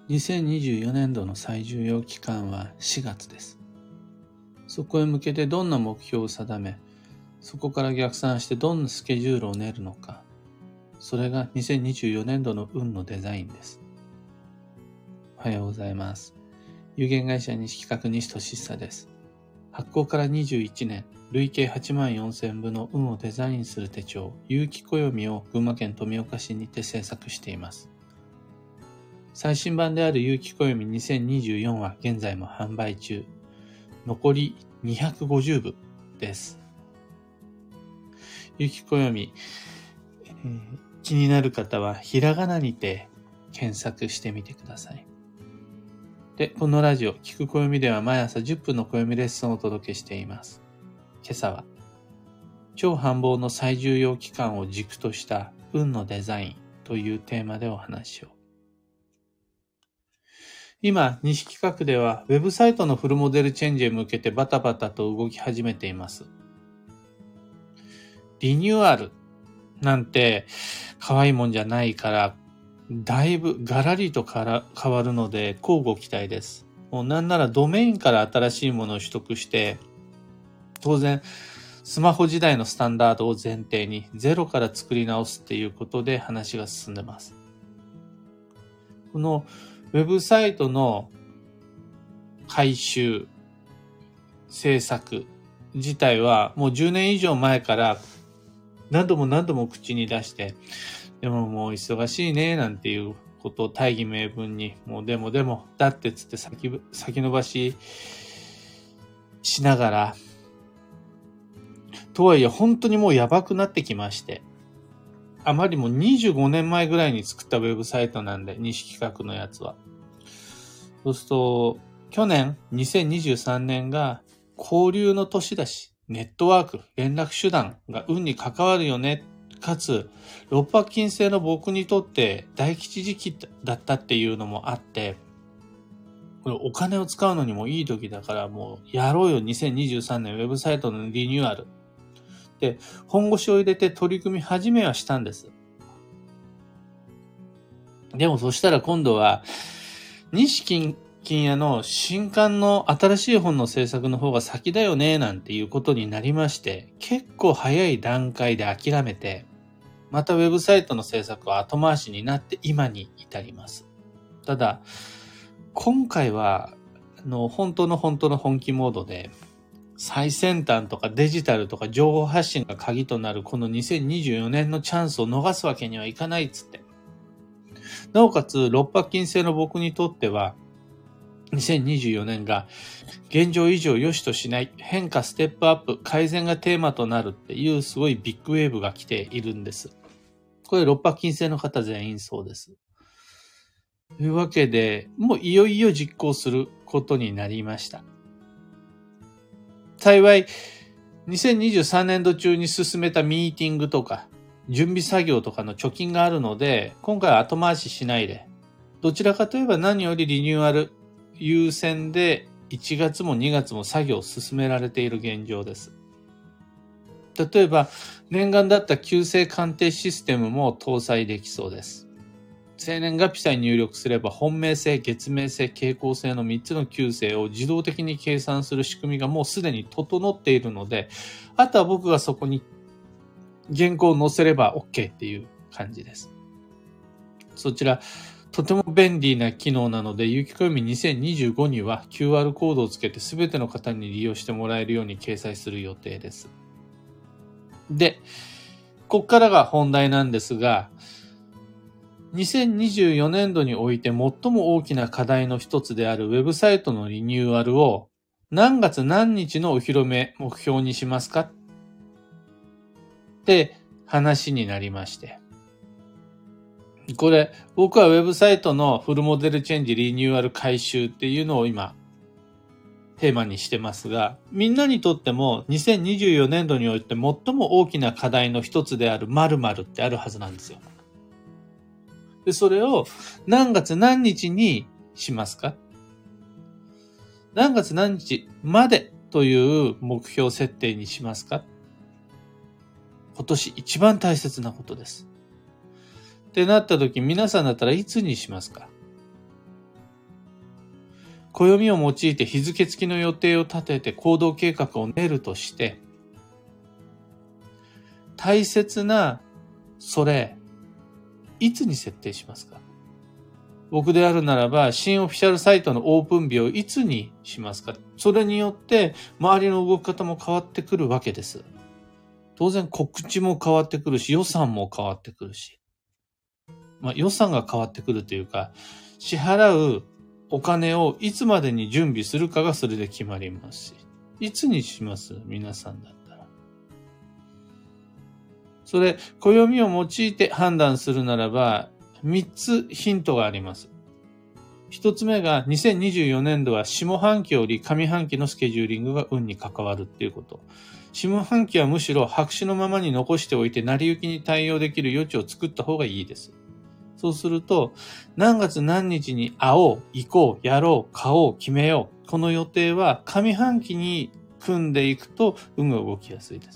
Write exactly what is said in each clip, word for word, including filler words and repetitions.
にせんにじゅうよねんどの最重要期間はしがつです。そこへ向けてどんな目標を定め、そこから逆算してどんなスケジュールを練るのか、それがにせんにじゅうよねんどの運のデザインです。おはようございます。有限会社西企画西俊久です。発行からにじゅういちねん、累計はちまんよんせんぶの運をデザインする手帳、有機暦を群馬県富岡市にて制作しています。最新版である有機暦にせんにじゅうよんは現在も販売中。残りにひゃくごじゅうぶです。有機暦、えー、気になる方はひらがなにて検索してみてください。で、このラジオ、聞く暦では毎朝じゅっぷんの暦レッスンをお届けしています。今朝は、超繁忙の最重要期間を軸とした運のデザインというテーマでお話を。今、西企画ではウェブサイトのフルモデルチェンジへ向けてバタバタと動き始めています。リニューアルなんて可愛いもんじゃないから、だいぶガラリとから変わるので交互期待です。もうなんならドメインから新しいものを取得して、当然スマホ時代のスタンダードを前提にゼロから作り直すっていうことで話が進んでます。このウェブサイトの改修、制作自体はもうじゅうねん以上前から何度も何度も口に出して、でももう忙しいねなんていうことを大義名分に、もうでもでもだってつって先、先延ばししながら、とはいえ本当にもうやばくなってきまして、あまりもにじゅうごねんまえぐらいに作ったウェブサイトなんで、西企画のやつは。そうすると、去年にせんにじゅうさんねんが交流の年だし、ネットワーク、連絡手段が運に関わるよね。かつ、六白金星の僕にとって大吉時期だったっていうのもあって、これお金を使うのにもいい時だからもうやろうよにせんにじゅうさんねんウェブサイトのリニューアル。で、本腰を入れて取り組み始めはしたんです。でもそしたら今度は、西金屋の新刊の新しい本の制作の方が先だよね、なんていうことになりまして、結構早い段階で諦めて、またウェブサイトの制作は後回しになって今に至ります。ただ、今回は、あの、本当の本当の本気モードで、最先端とかデジタルとか情報発信が鍵となるこのにせんにじゅうよねんのチャンスを逃すわけにはいかないっつって。なおかつ、六白金星の僕にとっては、にせんにじゅうよねんが現状以上良しとしない変化ステップアップ改善がテーマとなるっていうすごいビッグウェーブが来ているんです。これ六白金星の方全員そうです。というわけで、もういよいよ実行することになりました。幸い、にせんにじゅうさんねんど中に進めたミーティングとか、準備作業とかの貯金があるので、今回は後回ししないで、どちらかといえば何よりリニューアル優先でいちがつもにがつも作業を進められている現状です。例えば、念願だった旧姓鑑定システムも搭載できそうです。生年月日さえ入力すれば本命星、月命星、傾向星のみっつの旧姓を自動的に計算する仕組みがもうすでに整っているので、あとは僕がそこに原稿を載せれば OK っていう感じです。そちら、とても便利な機能なので、有機暦にせんにじゅうごには キューアール コードをつけて全ての方に利用してもらえるように掲載する予定です。で、ここからが本題なんですが、にせんにじゅうよねんどにおいて最も大きな課題の一つであるウェブサイトのリニューアルを何月何日のお披露目目標にしますかって話になりまして。これ、僕はウェブサイトのフルモデルチェンジリニューアル改修っていうのを今テーマにしてますが、みんなにとってもにせんにじゅうよねんどにおいて最も大きな課題の一つである〇〇ってあるはずなんですよ。で、それを何月何日にしますか？何月何日までという目標設定にしますか？今年一番大切なことです。ってなった時、皆さんだったらいつにしますか？ 暦を用いて日付付きの予定を立てて行動計画を練るとして、大切なそれ、いつに設定しますか？僕であるならば、新オフィシャルサイトのオープン日をいつにしますか？それによって周りの動き方も変わってくるわけです。当然告知も変わってくるし、予算も変わってくるし。まあ予算が変わってくるというか、支払うお金をいつまでに準備するかがそれで決まりますし。いつにします？皆さんだったら。それ、暦を用いて判断するならば、みっつヒントがあります。一つ目がにせんにじゅうよねんどは下半期より上半期のスケジューリングが運に関わるっていうこと。下半期はむしろ白紙のままに残しておいて成り行きに対応できる余地を作った方がいいです。そうすると、何月何日に会おう、行こう、やろう、買おう、決めよう。この予定は上半期に組んでいくと運が動きやすいです。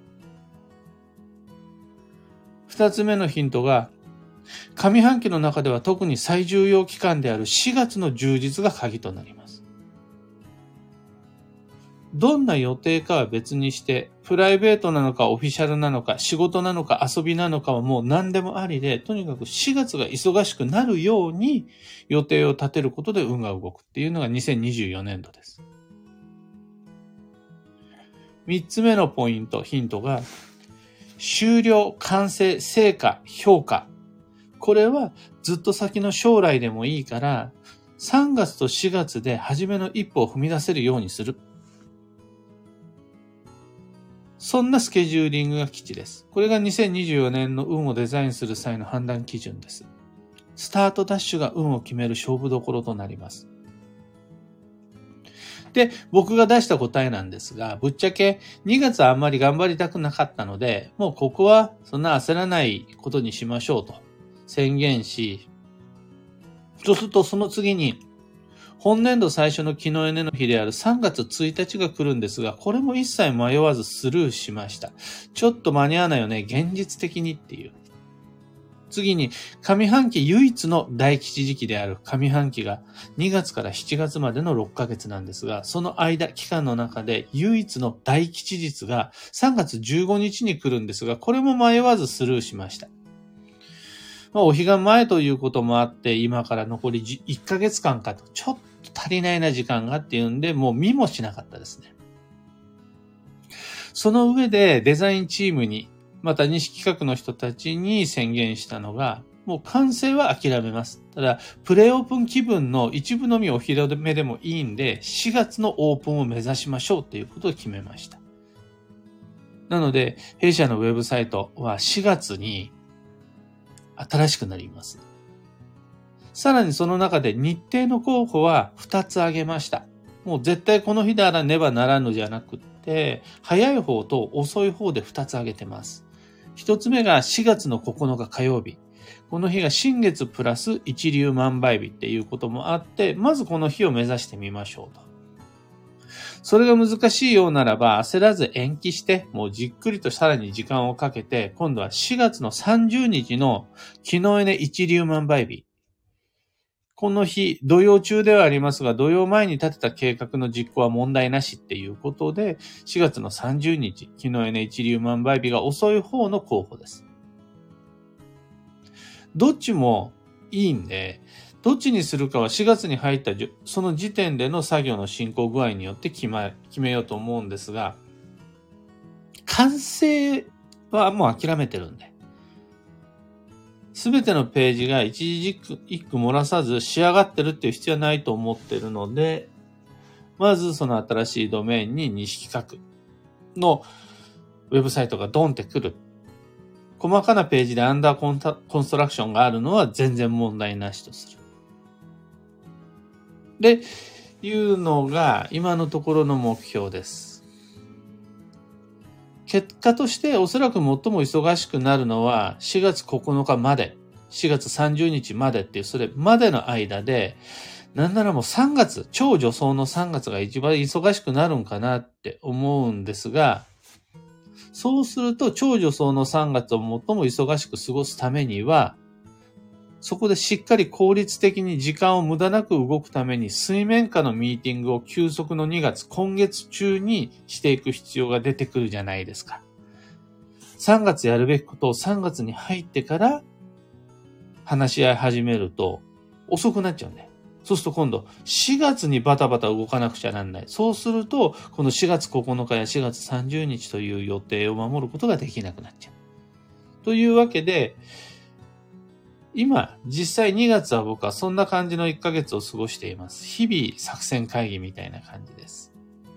二つ目のヒントが、上半期の中では特に最重要期間であるしがつの充実が鍵となります。どんな予定かは別にして、プライベートなのかオフィシャルなのか仕事なのか遊びなのかはもう何でもありで、とにかくしがつが忙しくなるように予定を立てることで運が動くっていうのがにせんにじゅうよねんどです。三つ目のポイント、ヒントが、終了、完成、成果、評価。これはずっと先の将来でもいいから、さんがつとしがつで初めの一歩を踏み出せるようにする。そんなスケジューリングが基地です。これがにせんにじゅうよねんの運をデザインする際の判断基準です。スタートダッシュが運を決める勝負どころとなります。で、僕が出した答えなんですが、ぶっちゃけにがつはあんまり頑張りたくなかったので、もうここはそんな焦らないことにしましょうと宣言し、そうするとその次に、本年度最初の木のエネの日であるさんがつついたちが来るんですが、これも一切迷わずスルーしました。ちょっと間に合わないよね、現実的にっていう。次に、上半期唯一の大吉時期である上半期がにがつからしちがつまでのろっかげつなんですが、その間、期間の中で唯一の大吉日がさんがつじゅうごにちに来るんですが、これも迷わずスルーしました。まあ、お彼岸前ということもあって、今から残りいっかげつかんかと、ちょっと足りないな時間がっていうんで、もう見もしなかったですね。その上でデザインチームに、また西企画の人たちに宣言したのが、もう完成は諦めます。ただ、プレオープン気分の一部のみお披露目でもいいんで、しがつのオープンを目指しましょうということを決めました。なので、弊社のウェブサイトはしがつに新しくなります。さらにその中で日程の候補はふたつ挙げました。もう絶対この日であらねばならぬじゃなくって、早い方と遅い方でふたつ挙げてます。ひとつめがしがつのここのか火曜日。この日が新月プラス一粒万倍日っていうこともあって、まずこの日を目指してみましょうと。それが難しいようならば焦らず延期して、もうじっくりとさらに時間をかけて、今度はしがつのさんじゅうにちの木のエネ一粒万倍日。この日、土曜中ではありますが、土曜前に立てた計画の実行は問題なしっていうことで、しがつのさんじゅうにち、木のエネ一粒万倍日が遅い方の候補です。どっちもいいんで、どっちにするかはしがつに入ったその時点での作業の進行具合によって決め、決めようと思うんですが、完成はもう諦めてるんで。すべてのページが一字一句漏らさず仕上がってるっていう必要はないと思ってるので、まずその新しいドメインに西企画のウェブサイトがドンってくる。細かなページでアンダーコンタコンストラクションがあるのは全然問題なしとする。で、いうのが今のところの目標です。結果としておそらく最も忙しくなるのはしがつここのかまで、しがつさんじゅうにちまでっていうそれまでの間で、なんならもうさんがつ、超助走のさんがつが一番忙しくなるんかなって思うんですが、そうすると超助走のさんがつを最も忙しく過ごすためには、 そこでしっかり効率的に時間を無駄なく動くために水面下のミーティングを急速のにがつ、今月中にしていく必要が出てくるじゃないですか。さんがつやるべきことをさんがつに入ってから話し合い始めると遅くなっちゃうんだよ。そうすると今度しがつにバタバタ動かなくちゃなんない。そうするとこのしがつここのかやしがつさんじゅうにちという予定を守ることができなくなっちゃう。というわけで、今実際にがつは僕はそんな感じのいっかげつを過ごしています。日々作戦会議みたいな感じです。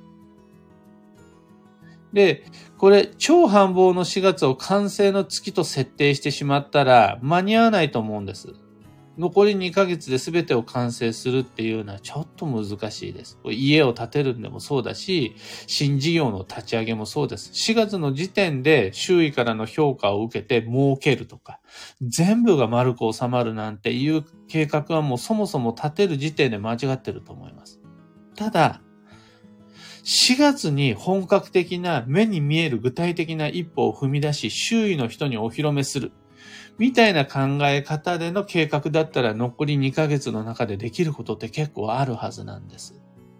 で、これ超繁忙のしがつを完成の月と設定してしまったら間に合わないと思うんです。残りにかげつで全てを完成するっていうのはちょっと難しいです。家を建てるんでもそうだし、新事業の立ち上げもそうです。しがつの時点で周囲からの評価を受けて儲けるとか、全部が丸く収まるなんていう計画はもうそもそも立てる時点で間違ってると思います。ただ、しがつに本格的な目に見える具体的な一歩を踏み出し、周囲の人にお披露目する。みたいな考え方での計画だったら残りにかげつの中でできることって結構あるはずなんです。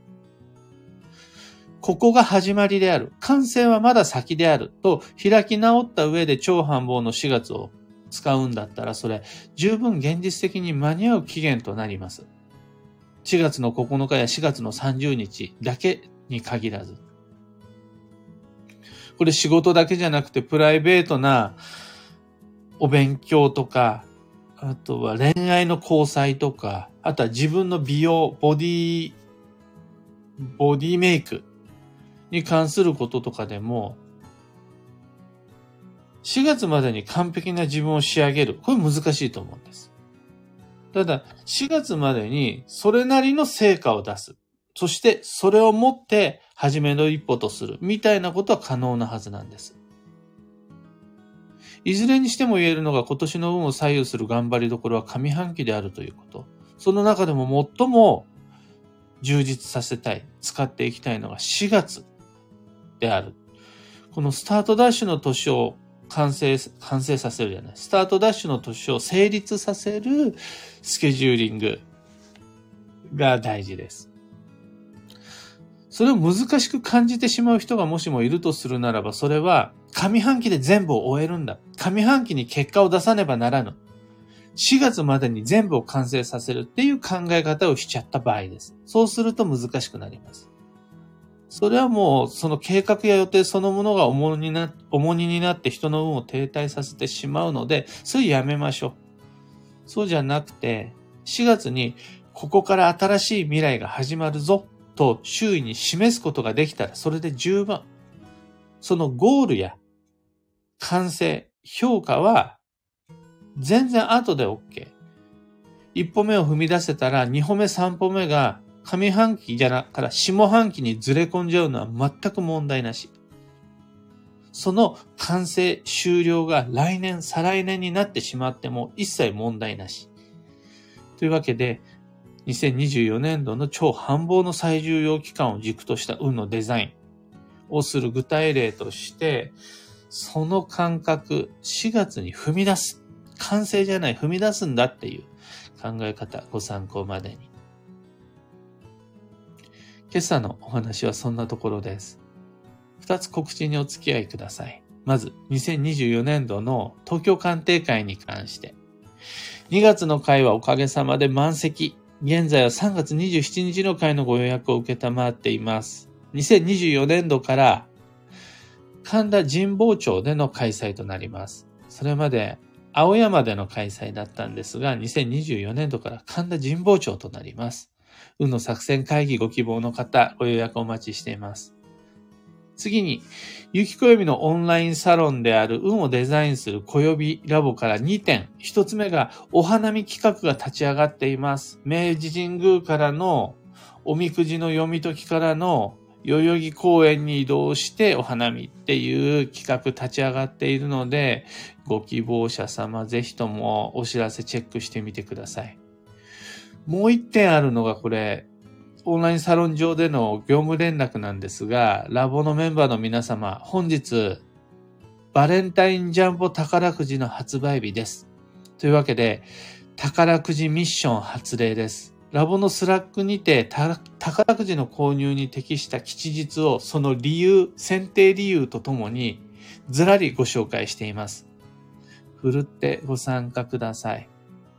ここが始まりである。完成はまだ先である。と開き直った上で超繁忙のしがつを使うんだったら、それ十分現実的に間に合う期限となります。しがつのここのかやしがつのさんじゅうにちだけに限らず。これ仕事だけじゃなくてプライベートなお勉強とか、あとは恋愛の交際とか、あとは自分の美容、ボディ、ボディメイクに関することとかでも、しがつまでに完璧な自分を仕上げる。これ難しいと思うんです。ただ、しがつまでにそれなりの成果を出す。そしてそれをもって初めの一歩とする。みたいなことは可能なはずなんです。いずれにしても言えるのが今年の運を左右する頑張りどころは上半期であるということ。その中でも最も充実させたい、使っていきたいのがしがつである。このスタートダッシュの年を完成、完成させるじゃない。スタートダッシュの年を成立させるスケジューリングが大事です。それを難しく感じてしまう人がもしもいるとするならば、それは上半期で全部を終えるんだ。上半期に結果を出さねばならぬ。しがつまでに全部を完成させるっていう考え方をしちゃった場合です。そうすると難しくなります。それはもうその計画や予定そのものが重荷にな、重荷になって人の運を停滞させてしまうので、それやめましょう。そうじゃなくて、しがつにここから新しい未来が始まるぞと周囲に示すことができたらそれで十分。そのゴールや完成、評価は全然後で OK。一歩目を踏み出せたら二歩目三歩目が上半期じゃなから下半期にずれ込んじゃうのは全く問題なし。その完成終了が来年再来年になってしまっても一切問題なし。というわけでにせんにじゅうよねんどの超繁忙の最重要期間を軸とした運のデザインをする具体例として、その感覚、しがつに踏み出す。完成じゃない、踏み出すんだっていう考え方、ご参考までに。今朝のお話はそんなところです。二つ告知にお付き合いください。まず、にせんにじゅうよねんどの東京鑑定会に関して。にがつの会はおかげさまで満席。現在はさんがつにじゅうしちにちの会のご予約を受けたまっています。にせんにじゅうよねんどから神田神保町での開催となります。それまで青山での開催だったんですが、にせんにじゅうよねんどから神田神保町となります。運の作戦会議ご希望の方、ご予約お待ちしています。次に、ゆきこよびのオンラインサロンである運をデザインするこよびラボからにてん。一つ目がお花見企画が立ち上がっています。明治神宮からのおみくじの読み解きからの代々木公園に移動してお花見っていう企画立ち上がっているので、ご希望者様ぜひともお知らせチェックしてみてください。もう一点あるのがこれ、オンラインサロン上での業務連絡なんですが、ラボのメンバーの皆様、本日、バレンタインジャンボ宝くじの発売日です。というわけで、 宝くじミッション発令です。ラボのスラックにて宝くじの購入に適した吉日をその理由、選定理由とともにずらりご紹介しています。ふるってご参加ください。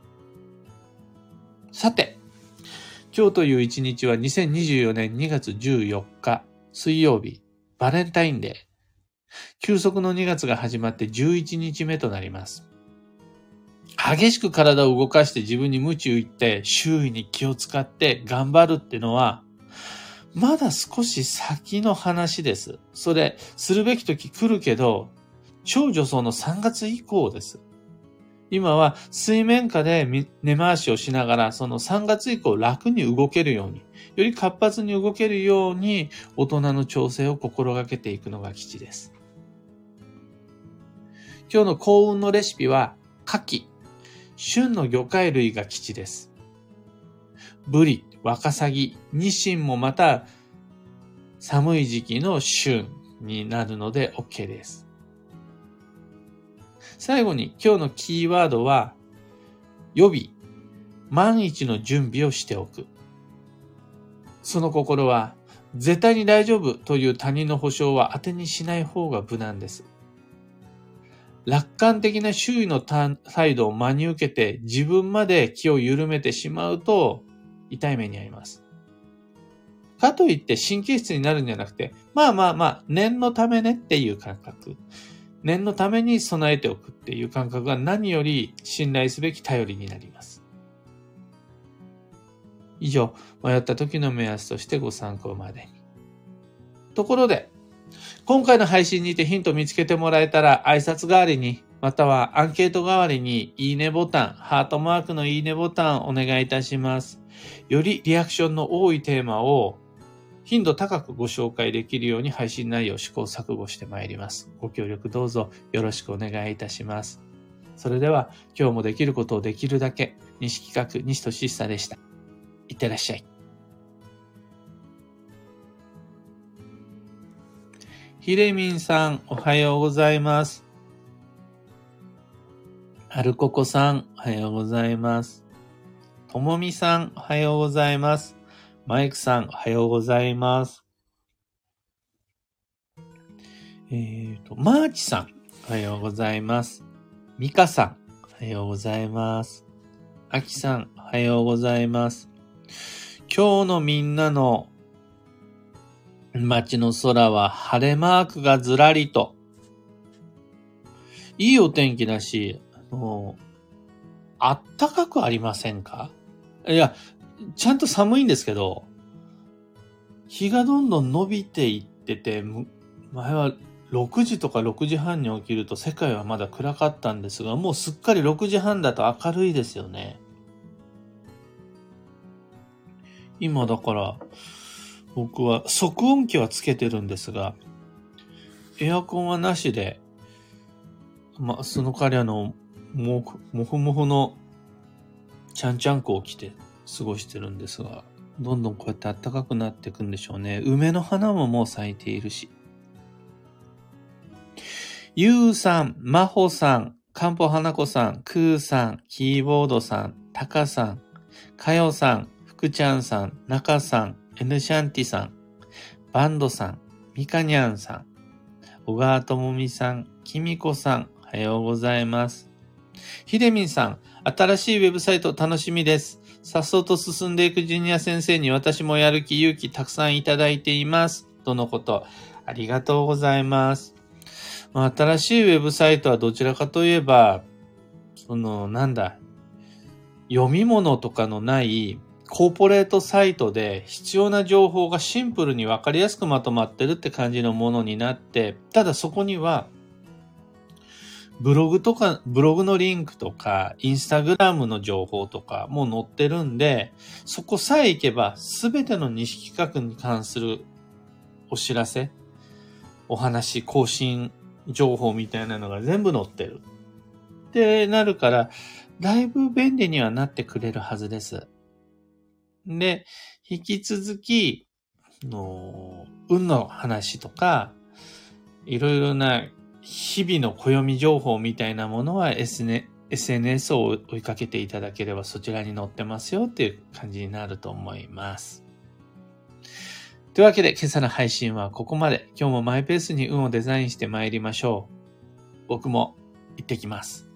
さて、今日という一日はにせんにじゅうよねんにがつじゅうよっか水曜日、バレンタインデー。休息のにがつが始まってじゅういちにちめとなります。激しく体を動かして自分に鞭打って周囲に気を使って頑張るってのはまだ少し先の話です。それするべき時来るけど超助走のさんがつ以降です。今は水面下で根回しをしながらそのさんがつ以降楽に動けるようにより活発に動けるように大人の調整を心がけていくのが吉です。今日の幸運のレシピは牡蠣。旬の魚介類が吉です。ブリ、ワカサギ、ニシンもまた寒い時期の旬になるので OK です。最後に今日のキーワードは予備、万一の準備をしておく。その心は絶対に大丈夫という他人の保証は当てにしない方が無難です。楽観的な周囲の態度を真に受けて自分まで気を緩めてしまうと痛い目に遭います。かといって神経質になるんじゃなくて、まあまあまあ念のためねっていう感覚。念のために備えておくっていう感覚が何より信頼すべき頼りになります。以上、迷った時の目安としてご参考までに。ところで、今回の配信にてヒントを見つけてもらえたら挨拶代わりに、またはアンケート代わりにいいねボタン、ハートマークのいいねボタンお願いいたします。よりリアクションの多いテーマを頻度高くご紹介できるように配信内容を試行錯誤してまいります。ご協力どうぞよろしくお願いいたします。それでは今日もできることをできるだけ、西企画西俊久でした。いってらっしゃい。ひれみんさん、おはようございます。はるここさん、おはようございます。ともみさん、おはようございます。マイクさん、おはようございます。えっと、マーチさん、おはようございます。ミカさん、おはようございます。アキさん、おはようございます。今日のみんなの街の空は晴れマークがずらりと。いいお天気だし、あの、あったかくありませんか？いや、ちゃんと寒いんですけど、日がどんどん伸びていってて、前はろくじとかろくじはんに起きると世界はまだ暗かったんですが、もうすっかりろくじはんだと明るいですよね。今だから、僕は測温器はつけてるんですが、エアコンはなしで、まあ、その代わりあの、も、もふもふのちゃんちゃんこを着て過ごしてるんですが、どんどんこうやって暖かくなっていくんでしょうね。梅の花ももう咲いているし。ゆうさん、まほさん、かんぽはなこさん、くーさん、キーボードさん、たかさん、かよさん、ふくちゃんさん、なかさん、エヌシャンティさん、バンドさん、みかにゃんさん、小川ともみさん、きみこさん、おはようございます。ひでみんさん、新しいウェブサイト楽しみです。さっそうと進んでいくジュニア先生に私もやる気勇気たくさんいただいています。とのこと。ありがとうございます。まあ、新しいウェブサイトはどちらかといえば、その、なんだ、読み物とかのないコーポレートサイトで必要な情報がシンプルにわかりやすくまとまってるって感じのものになって、ただそこには、ブログとか、ブログのリンクとか、インスタグラムの情報とかも載ってるんで、そこさえ行けば、すべての西企画に関するお知らせ、お話、更新情報みたいなのが全部載ってる。ってなるから、だいぶ便利にはなってくれるはずです。で、引き続き、の運の話とか、いろいろな日々の暦情報みたいなものは エスエヌエスエヌエス を追いかけていただければそちらに載ってますよっていう感じになると思います。というわけで今朝の配信はここまで。今日もマイペースに運をデザインして参りましょう。僕も行ってきます。